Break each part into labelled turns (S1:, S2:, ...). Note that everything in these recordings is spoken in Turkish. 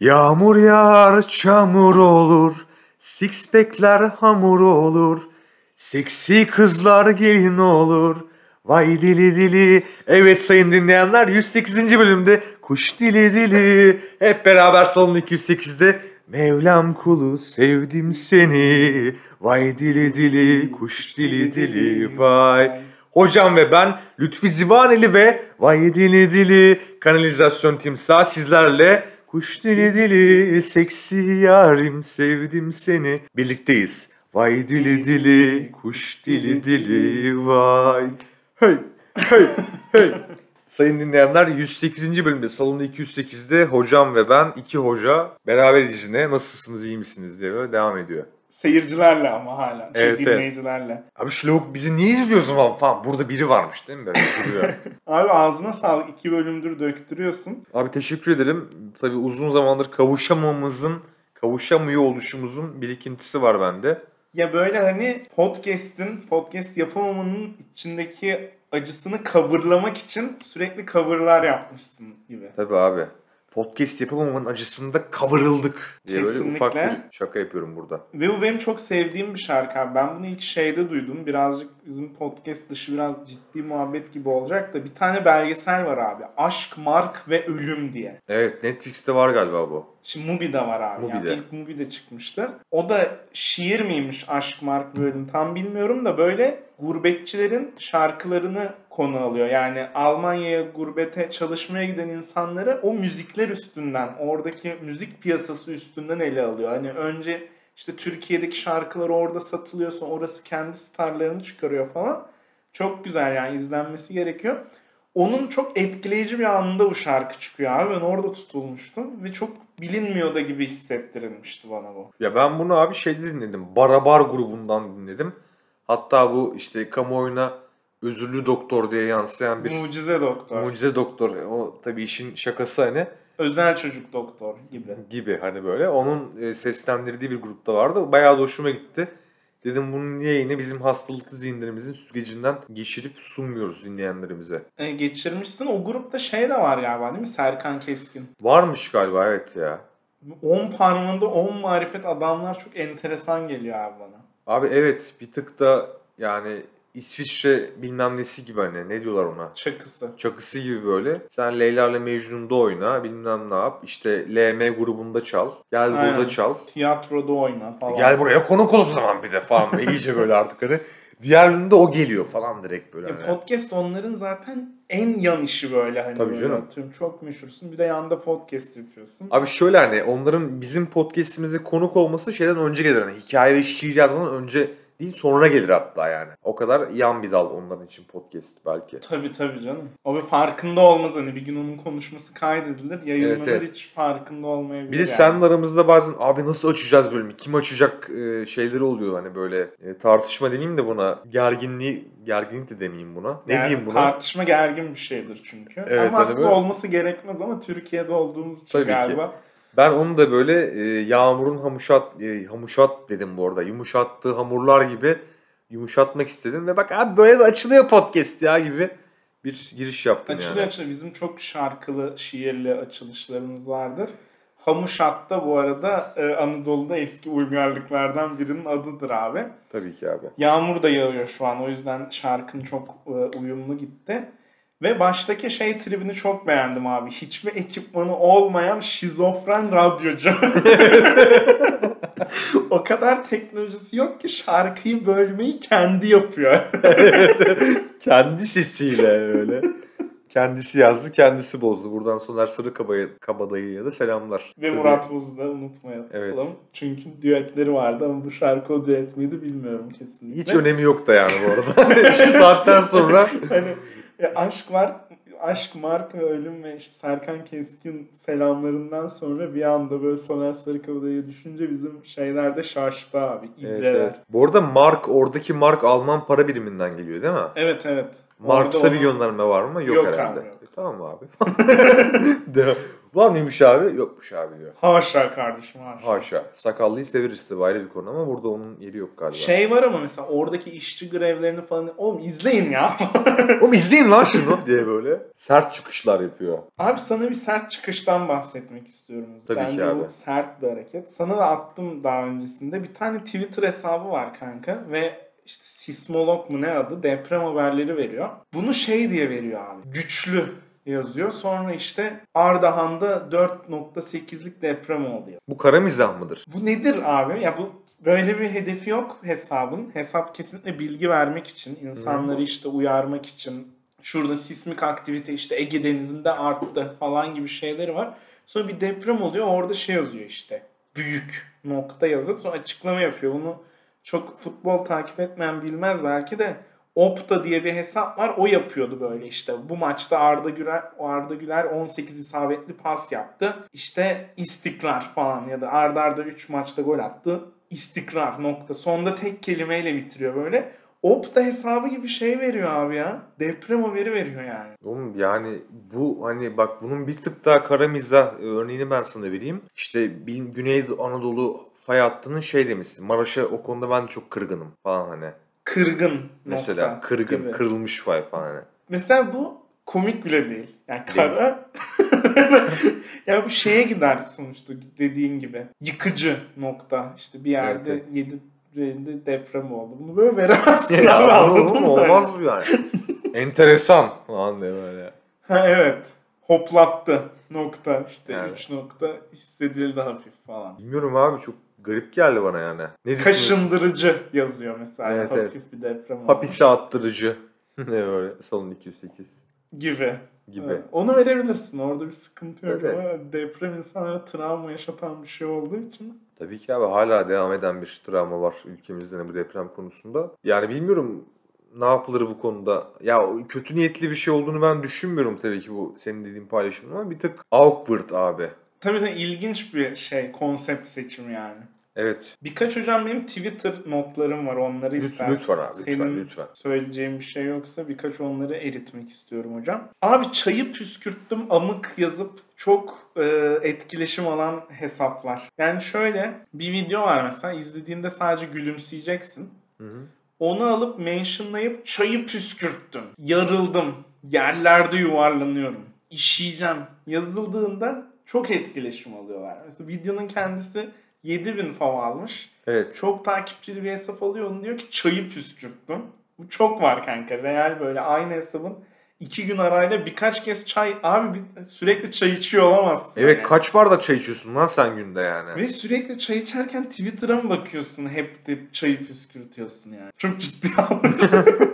S1: Yağmur yağar çamur olur, six pack'ler hamur olur, seksi kızlar gelin olur. Vay dili dili. Evet sayın dinleyenler 108. bölümde Kuş Dili Dili. Hep beraber salon 208'de Mevlam kulu sevdim seni. Vay dili dili kuş dili dili vay. Hocam ve ben Lütfi Zivaneli ve Vay Dili Dili kanalizasyon timsah sizlerle Kuş dili dili seksi yarim sevdim seni birlikteyiz. Vay dili dili kuş dili dili vay. Hey hey hey. Sayın dinleyenler 108. bölümde salonda 208'de hocam ve ben iki hoca beraber izine nasılsınız iyi misiniz diye böyle devam ediyor.
S2: Seyircilerle ama hala.
S1: Evet,
S2: dinleyicilerle.
S1: Evet. Abi şu lavuk bizi niye izliyorsun falan. Burada biri varmış değil mi böyle duruyor.
S2: Abi ağzına sağlık. 2 bölümdür döktürüyorsun.
S1: Abi teşekkür ederim. Tabii uzun zamandır kavuşamıyor oluşumuzun birikintisi var bende.
S2: Ya böyle hani podcast yapamamanın içindeki acısını coverlamak için sürekli coverlar yapmışsın gibi.
S1: Tabii abi. Podcast yapamamanın acısında kavurıldık diye böyle
S2: Kesinlikle.
S1: ufak bir şaka yapıyorum burada.
S2: Ve bu benim çok sevdiğim bir şarkı abi. Ben bunu ilk şeyde duydum. Birazcık bizim podcast dışı biraz ciddi muhabbet gibi olacak da bir tane belgesel var abi. Aşk, Mark ve Ölüm diye.
S1: Evet, Netflix'te var galiba bu.
S2: Şimdi Mubi'de var abi.
S1: Mubi'de.
S2: Yani ilk Mubi'de çıkmıştı. O da şiir miymiş Aşk, Mark ve Ölüm tam bilmiyorum da böyle gurbetçilerin şarkılarını konu alıyor. Yani Almanya'ya gurbete çalışmaya giden insanları o müzikler üstünden, oradaki müzik piyasası üstünden ele alıyor. Hani önce işte Türkiye'deki şarkılar orada satılıyorsa orası kendi starlarını çıkarıyor falan. Çok güzel yani izlenmesi gerekiyor. Onun çok etkileyici bir anında bu şarkı çıkıyor abi. Ben orada tutulmuştum ve çok bilinmiyor da gibi hissettirilmişti bana bu.
S1: Ya ben bunu abi şeyde dinledim. Barabar grubundan dinledim. Hatta bu işte kamuoyuna Özürlü Doktor diye yansıyan bir
S2: Mucize Doktor.
S1: mucize doktor. O tabii işin şakası hani
S2: Özel çocuk doktor gibi.
S1: hani böyle. Onun seslendirdiği bir grupta vardı. Bayağı da hoşuma gitti. Dedim bunun niye yine bizim hastalıklı zihinlerimizin süzgecinden geçirip sunmuyoruz dinleyenlerimize.
S2: Geçirmişsin. O grupta şey de var galiba değil mi? Serkan Keskin.
S1: Varmış galiba evet ya.
S2: 10 parmağında 10 marifet adamlar çok enteresan geliyor abi bana.
S1: Abi evet bir tık da yani İsviçre bilmem nesi gibi hani ne diyorlar ona?
S2: Çakısı.
S1: Çakısı gibi böyle. Sen Leyla ile Mecnun'da oyna bilmem ne yap. İşte LM grubunda çal. Gel
S2: Aynen.
S1: burada çal.
S2: Tiyatroda oyna falan.
S1: Gel buraya konuk ol o zaman bir de falan. İyice böyle artık hani. Diğerlerinde o geliyor falan direkt böyle. Hani.
S2: Podcast onların zaten en yan işi böyle hani.
S1: Tabii
S2: böyle
S1: canım.
S2: Atıyorum, çok meşhursun bir de yanda podcast yapıyorsun.
S1: Abi şöyle hani onların bizim podcast'imize konuk olması şeyden önce gelir. Hani hikaye ve şiir yazmadan önce değil sonra gelir hatta yani. O kadar yan bir dal onların için podcast belki.
S2: Tabii canım. O bir farkında olmaz hani bir gün onun konuşması kaydedilir. Yayınlanır
S1: Evet.
S2: hiç farkında olmayabilir.
S1: Bir de senin aramızda bazen abi nasıl açacağız bölümü? Kim açacak şeyleri oluyor hani böyle tartışma demeyeyim de buna gerginlik de demeyeyim buna. Ne
S2: yani
S1: diyeyim buna?
S2: tartışma gergin bir şeydir çünkü.
S1: Evet,
S2: ama
S1: hani
S2: aslında
S1: böyle...
S2: olması gerekmez ama Türkiye'de olduğumuz için
S1: Tabii
S2: galiba.
S1: Ki. Ben onu da böyle Yağmur'un hamuşat dedim bu arada. Yumuşattığı hamurlar gibi yumuşatmak istedim ve bak abi böyle de açılıyor podcast ya gibi bir giriş yaptım
S2: Açılıyor. Bizim çok şarkılı, şiirli açılışlarımız vardır. Hamuşat'ta bu arada Anadolu'da eski uygarlıklardan birinin adıdır abi.
S1: Tabii ki abi.
S2: Yağmur da yağıyor şu an o yüzden şarkın çok uyumlu gitti. Ve baştaki şey tribini çok beğendim abi. Hiçbir ekipmanı olmayan şizofren radyocu. O kadar teknolojisi yok ki şarkıyı bölmeyi kendi yapıyor.
S1: Kendi sesiyle öyle. Kendisi yazdı, kendisi bozdu. Buradan Soner Sarıkabadayı'ya da selamlar.
S2: Ve Murat Boz'u da unutmayalım.
S1: Evet.
S2: Çünkü düetleri vardı ama bu şarkı o düet miydi bilmiyorum kesinlikle.
S1: Hiç önemi yok da yani bu arada. Şu saatten sonra.
S2: Hani aşk var. Aşk, Mark ve Ölüm ve işte Serkan Keskin selamlarından sonra bir anda böyle Soner Sarıkabadayı'ya düşünce bizim şeylerde şaştı abi. İbreler.
S1: Evet. Bu arada oradaki mark Alman para biriminden geliyor değil mi?
S2: Evet.
S1: Mark'ta bir gönderme var mı? Yok herhalde.
S2: Abi, yok.
S1: Tamam abi. Var mıymış abi? Yokmuş abi diyor.
S2: Haşa kardeşim haşa.
S1: Haşa. Sakallıyı severiz tabii, ayrı bir konu ama burada onun yeri yok galiba.
S2: Şey var ama mesela oradaki işçi grevlerini falan, oğlum izleyin ya.
S1: Oğlum izleyin lan şunu diye böyle sert çıkışlar yapıyor.
S2: Abi sana bir sert çıkıştan bahsetmek istiyorum.
S1: Tabii ki
S2: Bence
S1: abi.
S2: bu sert bir hareket. Sana da attım daha öncesinde. Bir tane Twitter hesabı var kanka ve işte sismolog mu ne adı, deprem haberleri veriyor. Bunu şey diye veriyor abi. Güçlü yazıyor. Sonra işte Ardahan'da 4.8'lik deprem oldu ya.
S1: Bu kara mizah mıdır?
S2: Bu nedir abi? Ya bu böyle bir hedefi yok hesabın. Hesap kesinlikle bilgi vermek için, insanları işte uyarmak için. Şurada sismik aktivite işte Ege Denizi'nde arttı falan gibi şeyleri var. Sonra bir deprem oluyor, orada şey yazıyor işte. Büyük nokta yazıp sonra açıklama yapıyor. Bunu çok futbol takip etmeyen bilmez belki de. Opta diye bir hesap var. O yapıyordu böyle işte. Bu maçta Arda Güler 18 isabetli pas yaptı. İşte istikrar falan ya da arda 3 maçta gol attı. İstikrar nokta. Sonda tek kelimeyle bitiriyor böyle. Opta hesabı gibi şey veriyor abi ya. Deprem haberi veriyor yani.
S1: Oğlum yani bu hani bak bunun bir tık daha kara mizah örneğini ben sana vereyim. İşte Güney Anadolu fay hattının şey demişsin. Maraş'a o konuda ben de çok kırgınım falan hani.
S2: Kırgın
S1: Mesela
S2: nokta
S1: kırgın,
S2: gibi.
S1: kırılmış fay falan hani.
S2: Mesela bu komik bile değil. Yani kara... ya bu şeye gider sonuçta dediğin gibi. Yıkıcı nokta. İşte bir yerde
S1: Evet.
S2: 7 deprem oldu. Bunu böyle veremezsin
S1: Ya
S2: abi, anladın
S1: oğlum
S2: mı?
S1: olmaz mı yani? Enteresan falan diye böyle.
S2: Ha evet. Hoplattı nokta. İşte
S1: Yani.
S2: 3 nokta hissedildi hafif falan.
S1: Bilmiyorum abi, çok garip geldi bana yani. Ne düşünüyorsun?
S2: Kaşındırıcı yazıyor mesela.
S1: Evet,
S2: hafif
S1: evet.
S2: bir deprem olmuş.
S1: Hapise attırıcı. Ne böyle salon 208
S2: Gibi.
S1: gibi.
S2: Evet, onu verebilirsin. Orada bir sıkıntı yok
S1: Tabii.
S2: ama deprem insanlara travma yaşatan bir şey olduğu için.
S1: Tabii ki abi, hala devam eden bir travma var ülkemizde bu deprem konusunda. Yani bilmiyorum ne yapılır bu konuda. Ya kötü niyetli bir şey olduğunu ben düşünmüyorum tabii ki bu senin dediğin paylaşımın, ama bir tık awkward abi.
S2: Tabii de ilginç bir şey, konsept seçimi yani.
S1: Evet.
S2: Birkaç hocam benim Twitter notlarım var, onları istersen.
S1: Lütfen abi, lütfen,
S2: Senin
S1: lütfen.
S2: söyleyeceğin bir şey yoksa birkaç onları eritmek istiyorum hocam. Abi çayı püskürttüm amık yazıp çok etkileşim alan hesaplar. Yani şöyle bir video var mesela, izlediğinde sadece gülümseyeceksin.
S1: Hı hı.
S2: Onu alıp mentionlayıp çayı püskürttüm, yarıldım, yerlerde yuvarlanıyorum, işeyeceğim yazıldığında çok etkileşim alıyorlar. Mesela videonun kendisi 7000 fav almış.
S1: Evet.
S2: Çok takipçili bir hesap alıyor. Onu diyor ki çayı püskürttüm. Bu çok var kanka. Real böyle aynı hesabın 2 gün arayla birkaç kez çay. Abi sürekli çay içiyor olamazsın.
S1: Evet
S2: yani.
S1: kaç bardak çay içiyorsun lan sen günde yani?
S2: Ve sürekli çay içerken Twitter'a mı bakıyorsun? Hep de çayı püskürtüyorsun yani. Çok ciddi almış.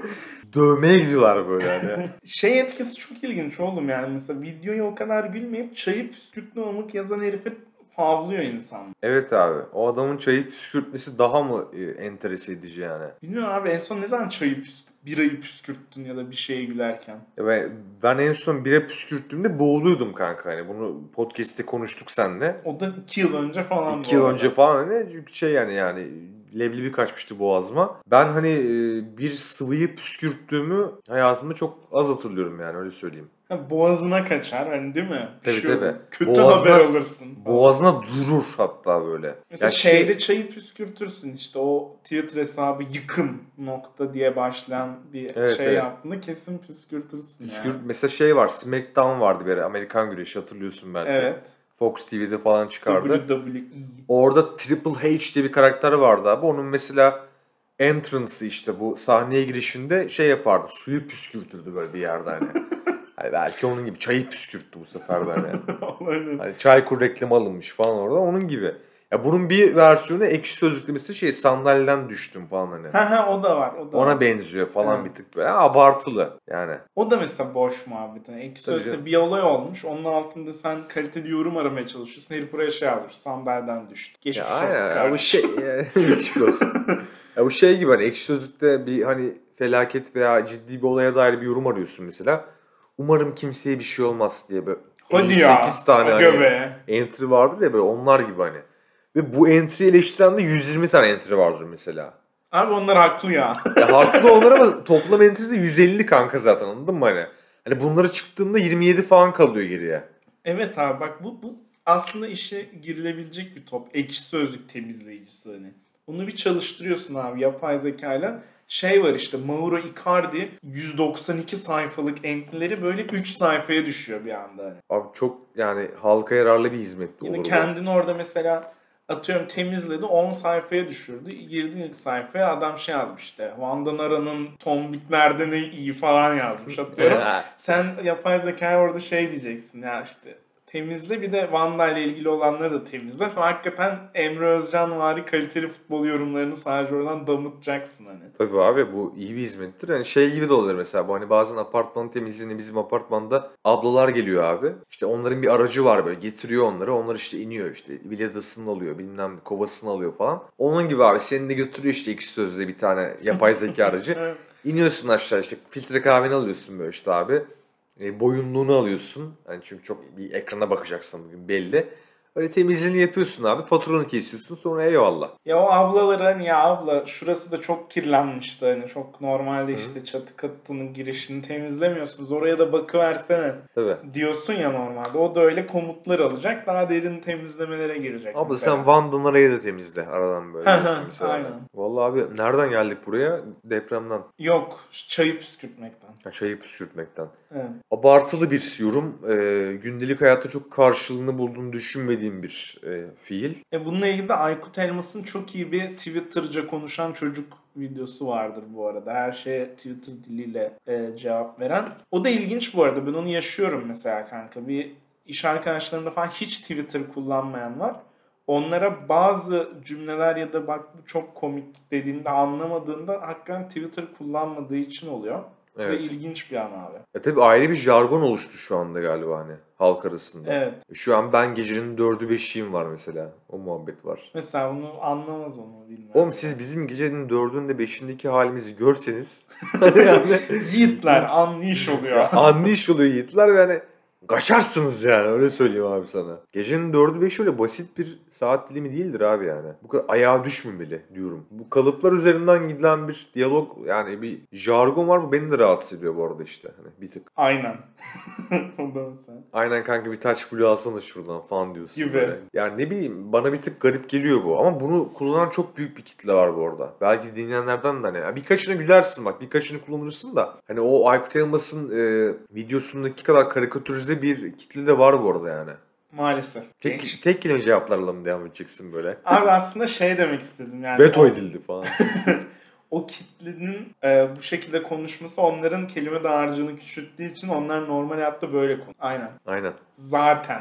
S1: Dövmeye gidiyorlar böyle hani.
S2: Şey etkisi çok ilginç oğlum yani. Mesela videoya o kadar gülmeyip çayı püskürtme amık yazan herifi favlıyor insan.
S1: Evet abi, o adamın çayı püskürtmesi daha mı enterese edici yani?
S2: Bilmiyorum abi, en son ne zaman birayı püskürttün ya da bir şeye gülerken?
S1: Ya ben en son bire püskürttüğümde boğuluyordum kanka, hani bunu podcast'te konuştuk seninle.
S2: O da 2 yıl önce falan.
S1: 2 yıl önce falan hani, çünkü şey yani leblebi kaçmıştı boğazıma. Ben hani bir sıvıyı püskürttüğümü hayatımda çok az hatırlıyorum yani, öyle söyleyeyim.
S2: Ha, boğazına kaçar hani, değil mi? Bir
S1: Tabii,
S2: şey olur,
S1: tabii.
S2: kötü
S1: Boğazına-
S2: haber alırsın.
S1: Boğazına durur hatta böyle.
S2: Mesela
S1: Ya
S2: şeyde çayı püskürtürsün, işte o Twitter hesabı yıkım nokta diye başlayan bir
S1: Evet,
S2: şey
S1: evet.
S2: yaptığında kesin püskürtürsün yani.
S1: Mesela şey var, SmackDown vardı bir ara, Amerikan güreşi, hatırlıyorsun belki.
S2: Evet.
S1: Fox TV'de falan çıkardı.
S2: WWE.
S1: Orada Triple H diye bir karakter vardı abi. Onun mesela entrance'ı, işte bu sahneye girişinde şey yapardı. Suyu püskürtürdü böyle bir yerde hani. Hani belki onun gibi çayı püskürttü bu sefer de hani.
S2: Aynen.
S1: Hani Çaykur reklamı alınmış falan orada, onun gibi. Ya bunun bir versiyonu Ekşi Sözlük'te mesela şey, sandalyeden düştüm falan hani.
S2: Ha o da var. O da
S1: Ona
S2: var.
S1: benziyor falan,
S2: Evet.
S1: bir tık böyle abartılı yani.
S2: O da mesela boş muhabbet. Yani Ekşi
S1: Tabii
S2: Sözlük'te
S1: canım.
S2: bir olay olmuş. Onun altında sen kaliteli yorum aramaya çalışıyorsun. Herif oraya şey yazmış. Sandalyeden düştü. Geçmiş
S1: Ya
S2: olsun
S1: aynen ya, bu
S2: kardeşim.
S1: şey geçmiş olsun. Ya bu şey gibi, hani Ekşi Sözlük'te bir hani felaket veya ciddi bir olaya dair bir yorum arıyorsun mesela. Umarım kimseye bir şey olmaz diye böyle
S2: Hadi ya.
S1: 8 tane
S2: Aga
S1: hani
S2: be.
S1: entry vardır ya böyle, onlar gibi hani. Ve bu entry eleştiren de 120 tane entry vardır mesela.
S2: Abi onlar haklı ya.
S1: Ya haklı da onlar ama toplam entry'si 150 kanka zaten, anladın mı hani? Hani bunları çıktığında 27 falan kalıyor geriye.
S2: Evet abi bak bu aslında işe girilebilecek bir top. Ekşi Sözlük temizleyicisi hani. Bunu bir çalıştırıyorsun abi yapay zekayla. Şey var işte Mauro Icardi 192 sayfalık entry'leri böyle 3 sayfaya düşüyor bir anda hani.
S1: Abi çok yani halka yararlı bir hizmet
S2: Yine
S1: olur bu.
S2: kendini orada mesela atıyorum temizledi 10 sayfaya düşürdü. Girdin ilk sayfaya adam şey yazmış işte. Van Ara'nın tombiklerden iyi falan yazmış atıyorum. Sen yapay zekaya orada şey diyeceksin ya işte temizle bir de Vanda ile ilgili olanları da temizle. Sonra hakikaten Emre Özcanvari kaliteli futbol yorumlarını sadece oradan damıtacaksın hani.
S1: Tabii abi bu iyi bir hizmettir. Yani şey gibi de olur mesela bu hani bazen apartman temizliğine bizim apartmanda ablalar geliyor abi. İşte onların bir aracı var böyle getiriyor onları. Onlar işte iniyor işte bilyadasını alıyor bilmem ne kovasını alıyor falan. Onun gibi abi seni de götürüyor işte Ekşi Sözlüğe bir tane yapay zeka aracı.
S2: Evet.
S1: İniyorsun aşağı işte filtre kahveni alıyorsun böyle işte abi. Boyunluğunu alıyorsun. Yani çünkü çok bir ekrana bakacaksın bugün belli. Öyle temizliğini yapıyorsun abi. Faturanı kesiyorsun sonra eyvallah.
S2: Ya o ablaları hani ya abla şurası da çok kirlenmişti hani çok normalde
S1: Hı.
S2: işte çatı katının girişini temizlemiyorsunuz oraya da bakıversene
S1: Tabii.
S2: diyorsun ya normalde. O da öyle komutlar alacak daha derin temizlemelere girecek
S1: Abla sen
S2: mesela.
S1: Van Danara'yı da temizle aradan böyle diyorsun mesela. Hani.
S2: Aynen.
S1: Vallahi abi nereden geldik buraya? Depremden.
S2: Yok çayı püskürtmekten.
S1: Ha, çayı püskürtmekten.
S2: Evet.
S1: Abartılı bir yorum. Gündelik hayatta çok karşılığını bulduğunu düşünmediğim bir fiil.
S2: Bununla ilgili de Aykut Elmas'ın çok iyi bir Twitter'ca konuşan çocuk videosu vardır bu arada. Her şeye Twitter diliyle cevap veren. O da ilginç bu arada. Ben onu yaşıyorum mesela kanka. Bir iş arkadaşlarımda falan hiç Twitter kullanmayan var. Onlara bazı cümleler ya da bak bu çok komik dediğimde anlamadığında hakikaten Twitter kullanmadığı için oluyor. Ve
S1: Evet.
S2: ilginç bir an abi.
S1: Tabii ayrı bir jargon oluştu şu anda galiba hani halk arasında.
S2: Evet.
S1: Şu an ben gecenin 4'ü 5'iyim var mesela. O muhabbet var.
S2: Mesela bunu anlamaz onu bilmiyorum.
S1: Oğlum siz bizim gecenin 4'ünde 5'indeki halimizi görseniz yani
S2: Yiğitler anlayış oluyor.
S1: ya anlayış oluyor yiğitler ve hani kaçarsınız yani öyle söyleyeyim abi sana. Gecenin 4'ü 5'i öyle basit bir saat dilimi değildir abi yani. Bu kadar ayağa düşmemeli diyorum. Bu kalıplar üzerinden gidilen bir diyalog yani bir jargon var bu beni de rahatsız ediyor bu arada işte. Hani bir tık.
S2: Aynen. O da mesela.
S1: Aynen kanka bir touch blue alsana şuradan falan diyorsun
S2: Gibi.
S1: böyle. Yani ne bileyim bana bir tık garip geliyor bu. Ama bunu kullanan çok büyük bir kitle var bu arada. Belki dinleyenlerden de hani. Yani birkaçını gülersin bak birkaçını kullanırsın da. Hani o Aykut Elmas'ın videosundaki kadar karikatürize bir kitle de var bu arada yani.
S2: Maalesef.
S1: Tek kelime cevaplarla mı devam edeceksin böyle?
S2: Abi aslında şey demek istedim yani.
S1: Veto edildi falan.
S2: O kitlenin bu şekilde konuşması onların kelime dağarcığını küçülttüğü için onlar normal hayatta böyle konuşuyor. Aynen.
S1: Aynen.
S2: Zaten.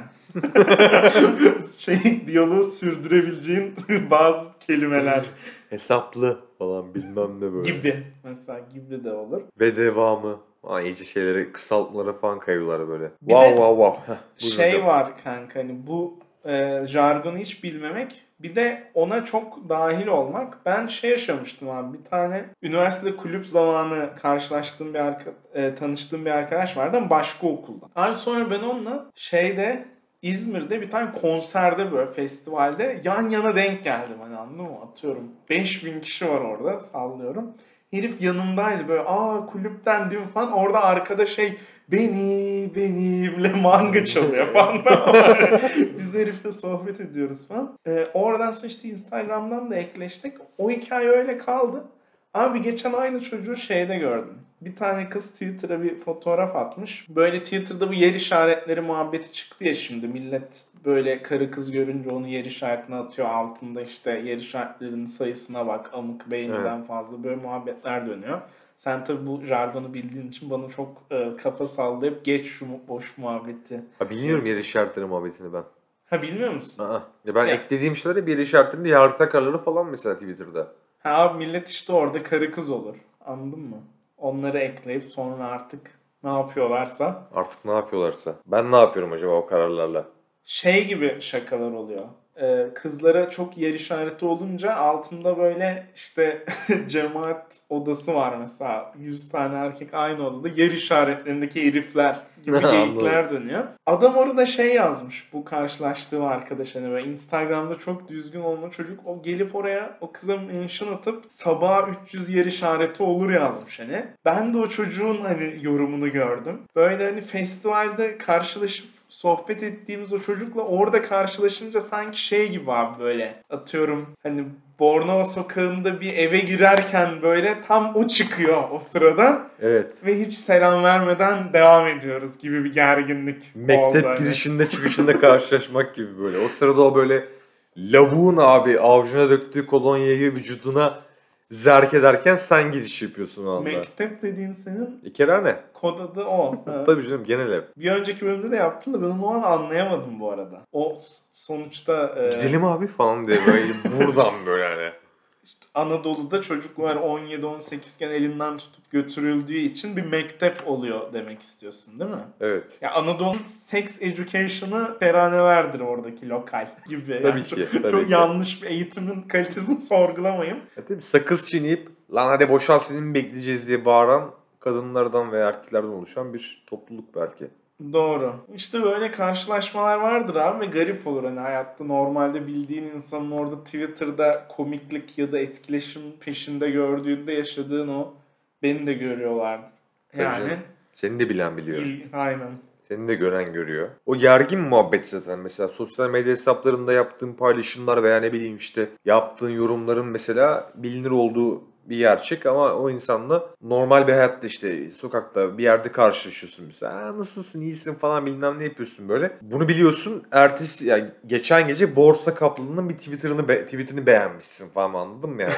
S2: Diyaloğu sürdürebileceğin bazı kelimeler
S1: Hesaplı falan bilmem ne böyle.
S2: gibi. Mesela gibi de olur.
S1: Ve devamı. Aa, iyice şeyleri kısaltmalara falan kayıyorlar böyle.
S2: Bir
S1: Wow
S2: de
S1: wow wow. Heh, buyurun
S2: şey
S1: hocam.
S2: var kanka hani bu jargonu hiç bilmemek bir de ona çok dahil olmak. Ben şey yaşamıştım abi bir tane üniversitede kulüp zamanı karşılaştığım tanıştığım bir arkadaş vardı ama başka okulda. Abi sonra ben onunla şeyde İzmir'de bir tane konserde böyle festivalde yan yana denk geldim hani anladın mı? Atıyorum 5000 kişi var orada sallıyorum. Herif yanımdaydı böyle kulüpten değil mi falan. Orada arkada şey benimle manga çalıyor falan. Biz herifle sohbet ediyoruz falan. Oradan sonra işte Instagram'dan da ekleştik. O hikaye öyle kaldı. Abi geçen aynı çocuğu şeyde gördüm. Bir tane kız Twitter'a bir fotoğraf atmış. Böyle Twitter'da bu yer işaretleri muhabbeti çıktı ya şimdi. Millet böyle karı kız görünce onu yer işaretine atıyor. Altında işte yer işaretlerinin sayısına bak. Amık beğeniden fazla böyle muhabbetler dönüyor. Sen tabi bu jargonu bildiğin için bana çok kafa sallayıp geç şu boş muhabbeti.
S1: Ha, bilmiyorum yer işaretleri muhabbetini ben.
S2: Ha bilmiyor musun?
S1: Aa, ya ben
S2: Ya.
S1: eklediğim şeyler bir yer işaretlerinde yargı takarları falan mesela Twitter'da.
S2: Ha abi millet işte orada karı kız olur. Anladın mı? Onları ekleyip sonra artık ne yapıyorlarsa.
S1: Artık ne yapıyorlarsa. Ben ne yapıyorum acaba o kararlarla?
S2: Şey gibi şakalar oluyor. Kızlara çok yer işareti olunca altında böyle işte cemaat odası var mesela. 100 tane erkek aynı odada yer işaretlerindeki herifler gibi geyikler dönüyor. Adam orada şey yazmış bu karşılaştığı arkadaş hani böyle Instagram'da çok düzgün olan çocuk o gelip oraya o kıza mention atıp sabaha 300 yer işareti olur yazmış hani. Ben de o çocuğun hani yorumunu gördüm. Böyle hani festivalde karşılaşıp sohbet ettiğimiz o çocukla orada karşılaşınca sanki şey gibi abi, böyle atıyorum hani Bornova sokağında bir eve girerken böyle tam o çıkıyor o sırada.
S1: Evet.
S2: Ve hiç selam vermeden devam ediyoruz gibi bir gerginlik oldu.
S1: Mektep
S2: hani.
S1: girişinde çıkışında karşılaşmak gibi böyle. O sırada o böyle lavuğun abi avucuna döktüğü kolonyayı vücuduna zerk ederken sen giriş yapıyorsun o anda.
S2: Mektep dediğin senin
S1: Kerane.
S2: kod adı o. Ha.
S1: Tabii canım, genel ev.
S2: Bir önceki bölümde de yaptın da ben onu o an anlayamadım bu arada. O sonuçta
S1: Gidelim abi falan diye böyle buradan böyle hani.
S2: işte Anadolu'da çocuklar 17-18 iken elinden tutup götürüldüğü için bir mektep oluyor demek istiyorsun değil mi?
S1: Evet.
S2: Ya Anadolu'nun sex education'ı feranelerdir oradaki lokal gibi.
S1: Tabii
S2: Yani
S1: ki.
S2: Çok,
S1: Tabii
S2: çok
S1: ki.
S2: yanlış bir eğitimin kalitesini sorgulamayın.
S1: Tabii sakız çiğneyip lan hadi boşal seni mi bekleyeceğiz diye bağıran kadınlardan veya erkeklerden oluşan bir topluluk belki.
S2: Doğru. İşte böyle karşılaşmalar vardır abi ve garip olur. Hani hayatta normalde bildiğin insanın orada Twitter'da komiklik ya da etkileşim peşinde gördüğünde yaşadığın o beni de görüyorlar.
S1: Tabii
S2: Yani
S1: canım. Seni de bilen biliyor.
S2: aynen.
S1: Seni de gören görüyor. O gergin muhabbet zaten. Mesela sosyal medya hesaplarında yaptığın paylaşımlar veya ne bileyim işte yaptığın yorumların mesela bilinir olduğu bir gerçek ama o insanla normal bir hayatta işte sokakta bir yerde karşılaşıyorsun mesela. Nasılsın, iyisin falan bilmem ne yapıyorsun böyle. Bunu biliyorsun. Ertesi yani geçen gece Borsa Kaplanı'nın bir tweetini beğenmişsin falan, anladın mı yani?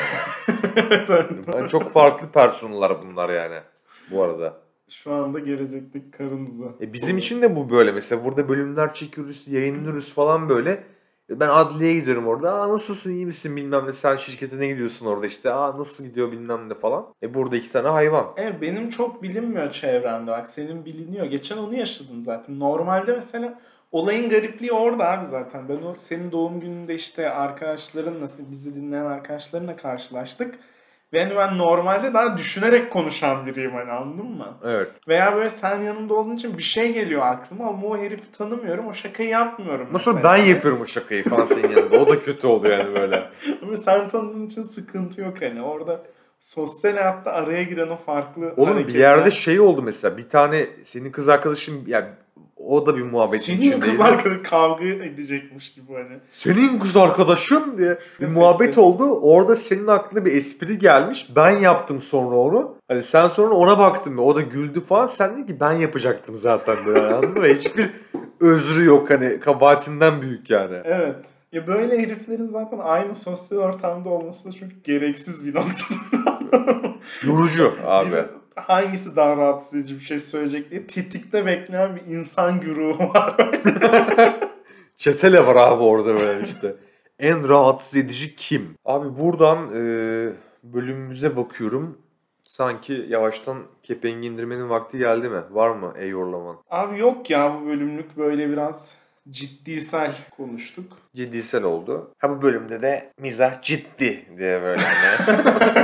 S1: Yani çok farklı personellar bunlar yani bu arada.
S2: Şu anda gelecekteki karınızı.
S1: Bizim için de bu böyle. Mesela burada bölümler çekiyoruz, yayınlıyoruz falan böyle. Ben adliyeye gidiyorum orada. Aa nasılsın, iyi misin bilmem ne. Sen şirketine gidiyorsun orada işte. Aa nasıl gidiyor bilmem ne falan. Burada 2 tane hayvan.
S2: Evet, benim çok bilinmiyor çevremde. Bak senin biliniyor. Geçen onu yaşadım zaten. Normalde mesela olayın garipliği orada abi zaten. Ben o senin doğum gününde işte arkadaşlarınla, bizi dinleyen arkadaşlarınla karşılaştık. Ve hani ben normalde daha düşünerek konuşan biriyim hani, anladın mı?
S1: Evet.
S2: Veya böyle sen yanımda olduğun için bir şey geliyor aklıma ama o herifi tanımıyorum. O şakayı yapmıyorum
S1: Nasıl
S2: mesela.
S1: ben yapıyorum o şakayı falan senin yanında. O da kötü oluyor yani böyle.
S2: Ama sen tanıdığın için sıkıntı yok hani. Orada sosyal hayatta araya giren o farklı
S1: Oğlum
S2: hareketler.
S1: bir yerde şey oldu mesela. Bir tane senin kız arkadaşın yani o da bir muhabbetin
S2: Senin
S1: içindeydi.
S2: kız arkadaşın kavga edecekmiş gibi hani.
S1: Senin kız arkadaşın diye bir
S2: Evet.
S1: muhabbet oldu. Orada senin aklına bir espri gelmiş. Ben yaptım sonra onu. Hani sen sonra ona baktın mı? O da güldü falan. Sen dedin ki ben yapacaktım zaten böyle, anladın mı? Hiçbir özrü yok hani, kabahatinden büyük yani.
S2: Evet. Ya böyle heriflerin zaten aynı sosyal ortamda olması da çok gereksiz bir nokta.
S1: Yorucu abi.
S2: Hangisi daha rahatsız edici bir şey söyleyecek diye tetikte bekleyen bir insan güruhu var.
S1: Çetele var abi orada böyle işte. En rahatsız edici kim? Abi buradan bölümümüze bakıyorum. Sanki yavaştan kepengi indirmenin vakti geldi mi? Var mı yorlaman?
S2: Abi yok ya, bu bölümlük böyle biraz ciddisel konuştuk.
S1: Ciddisel oldu. Ha bu bölümde de mizah ciddi diye böyle hani.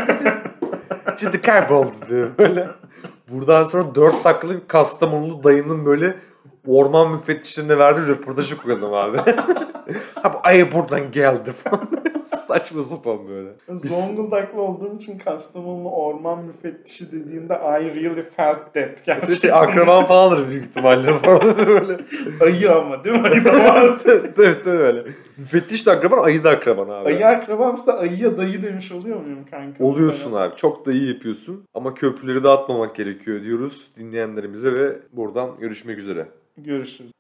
S1: Ciddi kayboldu diye böyle. Buradan sonra 4 dakikalık bir Kastamonulu dayının böyle orman müfettişlerine verdiği röportajı koyalım abi. Ha bu ayı buradan geldi falan. Saçma sapan böyle.
S2: Zonguldaklı olduğum için Kastamonu orman müfettişi dediğinde I really felt that. Gerçekten.
S1: İşte akraban falandır büyük ihtimalle falan böyle.
S2: Ayı ama değil mi? Ayı da varsa.
S1: Evet öyle. Müfettiş de akraban, ayı da akraban abi.
S2: Ayı akrabamsa ayıya dayı demiş oluyor muyum kanka?
S1: Oluyorsun
S2: Mesela?
S1: abi. Çok da iyi yapıyorsun. Ama köprüleri de atmamak gerekiyor diyoruz dinleyenlerimize ve buradan görüşmek üzere.
S2: Görüşürüz.